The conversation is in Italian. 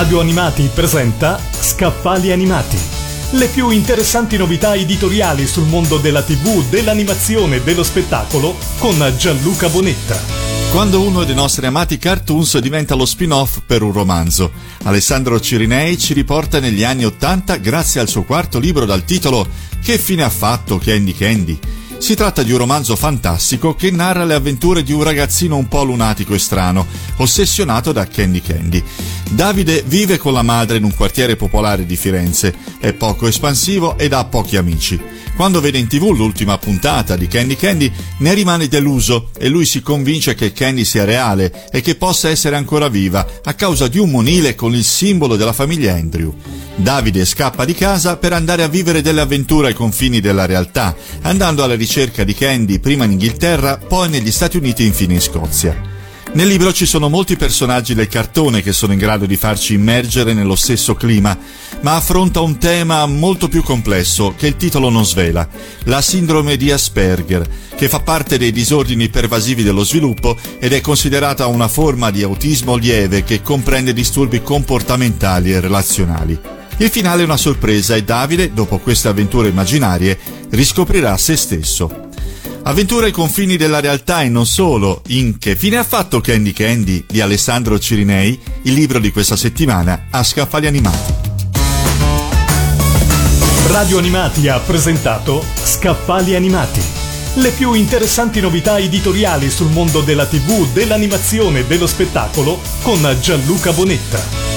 Radio Animati presenta Scaffali Animati. Le più interessanti novità editoriali sul mondo della TV, dell'animazione e dello spettacolo con Gianluca Bonetta. Quando uno dei nostri amati cartoons diventa lo spin-off per un romanzo. Alessandro Cirinei ci riporta negli anni '80 grazie al suo quarto libro dal titolo Che fine ha fatto Candy Candy? Si tratta di un romanzo fantastico che narra le avventure di un ragazzino un po' lunatico e strano, ossessionato da Candy Candy. Davide vive con la madre in un quartiere popolare di Firenze, è poco espansivo ed ha pochi amici. Quando vede in TV l'ultima puntata di Candy Candy ne rimane deluso e lui si convince che Candy sia reale e che possa essere ancora viva a causa di un monile con il simbolo della famiglia Andrew. Davide scappa di casa per andare a vivere delle avventure ai confini della realtà, andando alla ricerca di Candy prima in Inghilterra, poi negli Stati Uniti e infine in Scozia. Nel libro ci sono molti personaggi del cartone che sono in grado di farci immergere nello stesso clima, ma affronta un tema molto più complesso che il titolo non svela, la sindrome di Asperger, che fa parte dei disordini pervasivi dello sviluppo ed è considerata una forma di autismo lieve che comprende disturbi comportamentali e relazionali. Il finale è una sorpresa e Davide, dopo queste avventure immaginarie, riscoprirà se stesso. Avventure ai confini della realtà e non solo, in Che fine ha fatto Candy Candy di Alessandro Cirinei, il libro di questa settimana a Scaffali Animati. Radio Animati ha presentato Scaffali Animati. Le più interessanti novità editoriali sul mondo della TV, dell'animazione e dello spettacolo con Gianluca Bonetta.